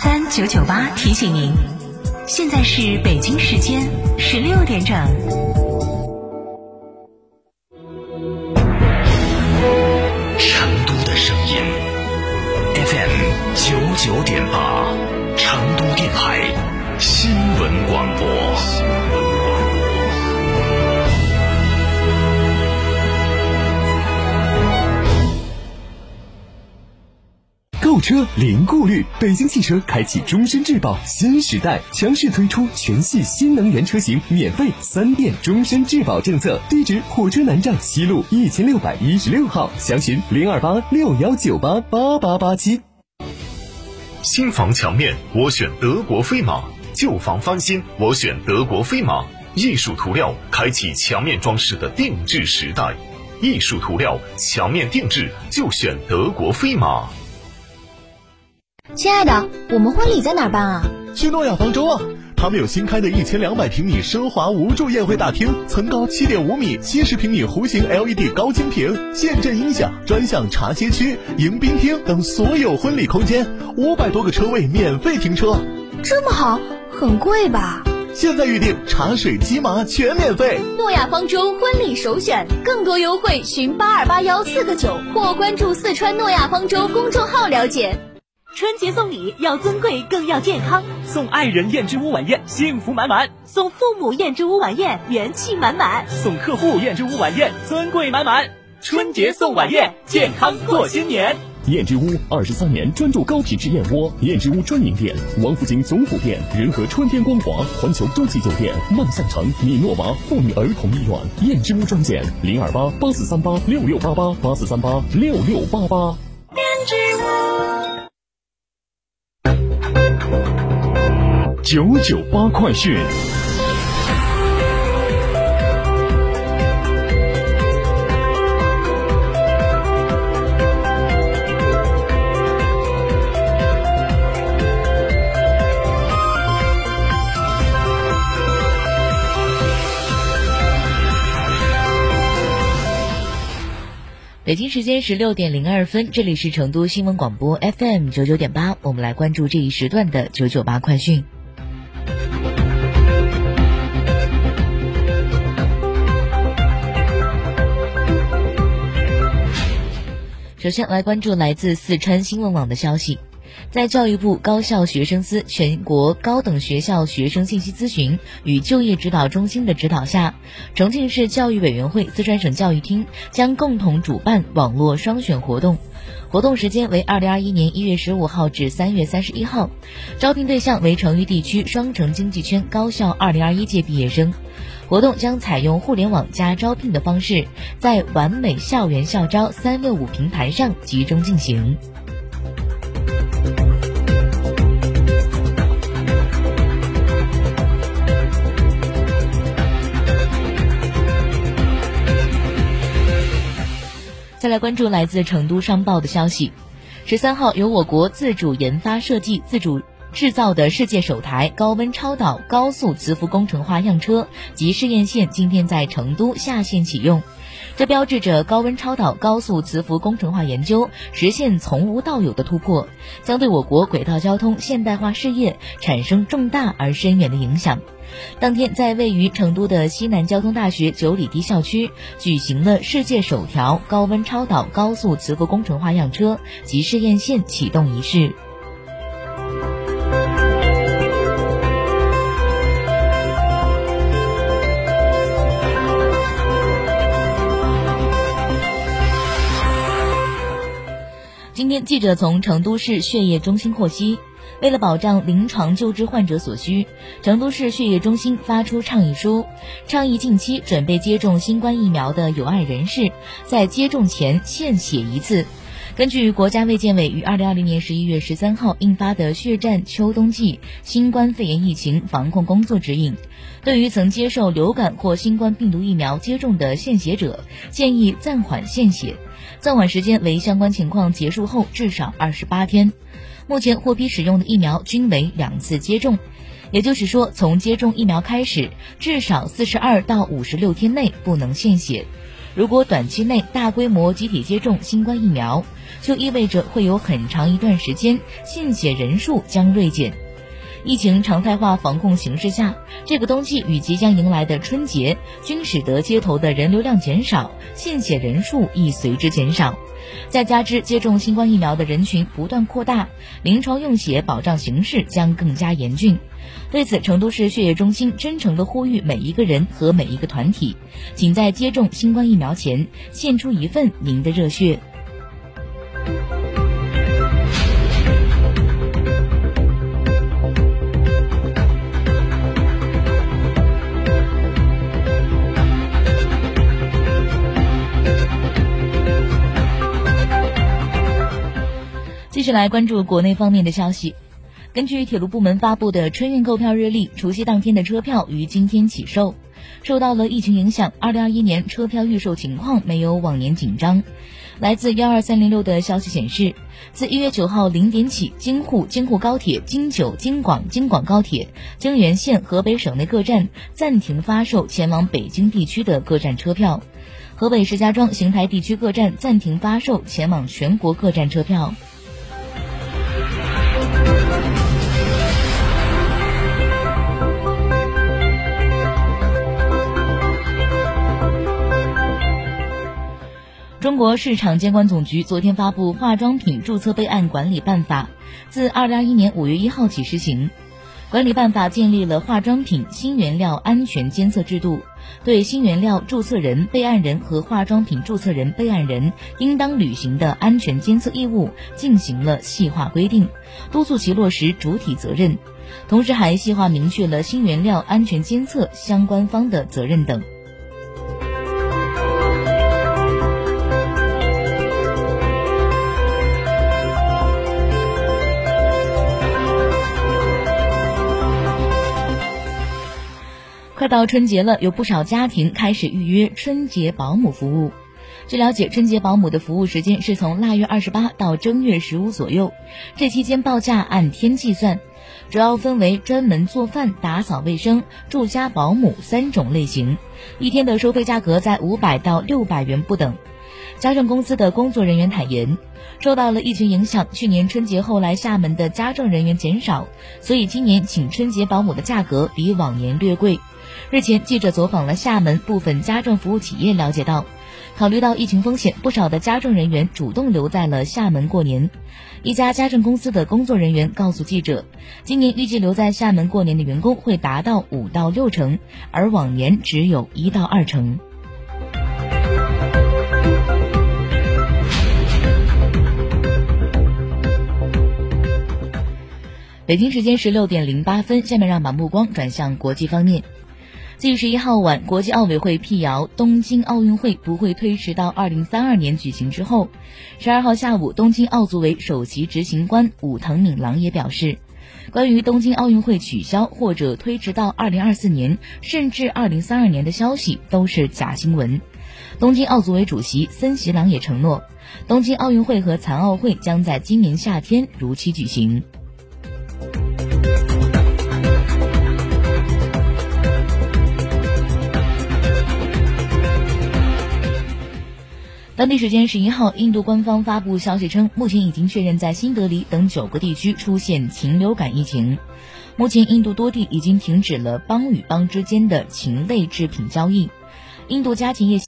223-998提醒您，现在是北京时间16点整。 成都的声音 FM99.8，成都电台新闻广播。 购车零顾虑，北京汽车开启终身质保新时代，强势推出全系新能源车型免费3电终身质保政策。地址：火车南站西路1616号，详询02861988887。 新房墙面我选德国飞马，旧房翻新我选德国飞马。艺术涂料开启墙面装饰的定制时代，艺术涂料墙面定制就选德国飞马。 亲爱的，我们婚礼在哪儿办啊？ 去诺亚方舟啊！他们有新开的1200平米奢华无柱宴会大厅，层高7.5米，70平米弧形 LED 高清屏，现阵音响，专项茶歇区、迎宾厅等所有婚礼空间，500多个车位免费停车。 这么好，很贵吧？ 现在预定茶水鸡麻全免费。 诺亚方舟婚礼首选，更多优惠询828149或关注四川诺亚方舟公众号了解。 春节送礼要尊贵更要健康， 送爱人燕之屋晚宴幸福满满， 送父母燕之屋晚宴元气满满， 送客户燕之屋晚宴尊贵满满。春节送晚宴，健康过新年。 燕之屋23年专注高品质燕窝，燕之屋专营店：王府井总府店、仁和春天光华、环球洲际酒店、万象城、米诺娃妇女儿童医院。燕之屋专线0288438668884386688。 燕之屋 998快讯。 北京时间16点02分，这里是成都新闻广播 FM99.8，我们来关注这一时段的998快讯。首先来关注来自四川新闻网的消息，在教育部高校学生司全国高等学校学生信息咨询与就业指导中心的指导下，重庆市教育委员会四川省教育厅将共同主办网络双选活动，活动时间为2021年1月15号至3月31号，招聘对象为成渝地区双城经济圈高校2021届毕业生。活动将采用互联网加招聘的方式，在完美校园校招365平台上集中进行。再来关注来自成都商报的消息，13号由我国自主研发设计、自主制造的世界首台高温超导高速磁浮工程化样车及试验线今天在成都下线启用，这标志着高温超导高速磁浮工程化研究实现从无到有的突破，将对我国轨道交通现代化事业产生重大而深远的影响。当天在位于成都的西南交通大学9里堤校区举行了世界首条高温超导高速磁浮工程化样车及试验线启动仪式。今天记者从成都市血液中心获悉，为了保障临床救治患者所需，成都市血液中心发出倡议书，倡议近期准备接种新冠疫苗的有爱人士在接种前献血一次。根据国家卫健委于2020年11月13号印发的血战秋冬季新冠肺炎疫情防控工作指引，对于曾接受流感或新冠病毒疫苗接种的献血者，建议暂缓献血，暂缓时间为相关情况结束后至少28天。目前获批使用的疫苗均为2次接种，也就是说从接种疫苗开始至少42到56天内不能献血。 如果短期内大规模集体接种新冠疫苗，就意味着会有很长一段时间献血人数将锐减。疫情常态化防控形势下，这个冬季与即将迎来的春节均使得街头的人流量减少，献血人数亦随之减少。再加之接种新冠疫苗的人群不断扩大，临床用血保障形势将更加严峻。对此，成都市血液中心真诚地呼吁每一个人和每一个团体，请在接种新冠疫苗前献出一份您的热血。继续来关注国内方面的消息。根据铁路部门发布的春运购票日历，除夕当天的车票于今天起售。受到了疫情影响，2021年车票预售情况没有往年紧张。来自12306的消息显示，自1月9号0点起，京沪高铁、京九、京广高铁、京原线河北省内各站暂停发售前往北京地区的各站车票。河北石家庄、邢台地区各站暂停发售前往全国各站车票。中国市场监管总局昨天发布《化妆品注册备案管理办法》，自2021年5月1号起施行。管理办法建立了化妆品新原料安全监测制度，对新原料注册人、备案人和化妆品注册人、备案人应当履行的安全监测义务进行了细化规定，督促其落实主体责任，同时还细化明确了新原料安全监测相关方的责任等。快到春节了，有不少家庭开始预约春节保姆服务。据了解，春节保姆的服务时间是从腊月28到正月15左右，这期间报价按天计算，主要分为专门做饭、打扫卫生、住家保姆3种类型，一天的收费价格在500到600元不等。家政公司的工作人员坦言，受到了疫情影响，去年春节后来厦门的家政人员减少，所以今年请春节保姆的价格比往年略贵。日前，记者走访了厦门部分家政服务企业，了解到，考虑到疫情风险，不少的家政人员主动留在了厦门过年。一家家政公司的工作人员告诉记者，今年预计留在厦门过年的员工会达到5到6成，而往年只有1到2成。北京时间16点08分，下面让把目光转向国际方面。4月11号晚，国际奥委会辟谣东京奥运会不会推迟到2032年举行之后，12号下午，东京奥组委首席执行官武藤敏郎也表示，关于东京奥运会取消或者推迟到2024年甚至2032年的消息都是假新闻。东京奥组委主席森喜朗也承诺，东京奥运会和残奥会将在今年夏天如期举行。当地时间11号，印度官方发布消息称，目前已经确认在新德里等9个地区出现禽流感疫情。目前印度多地已经停止了邦与邦之间的禽类制品交易。印度家禽业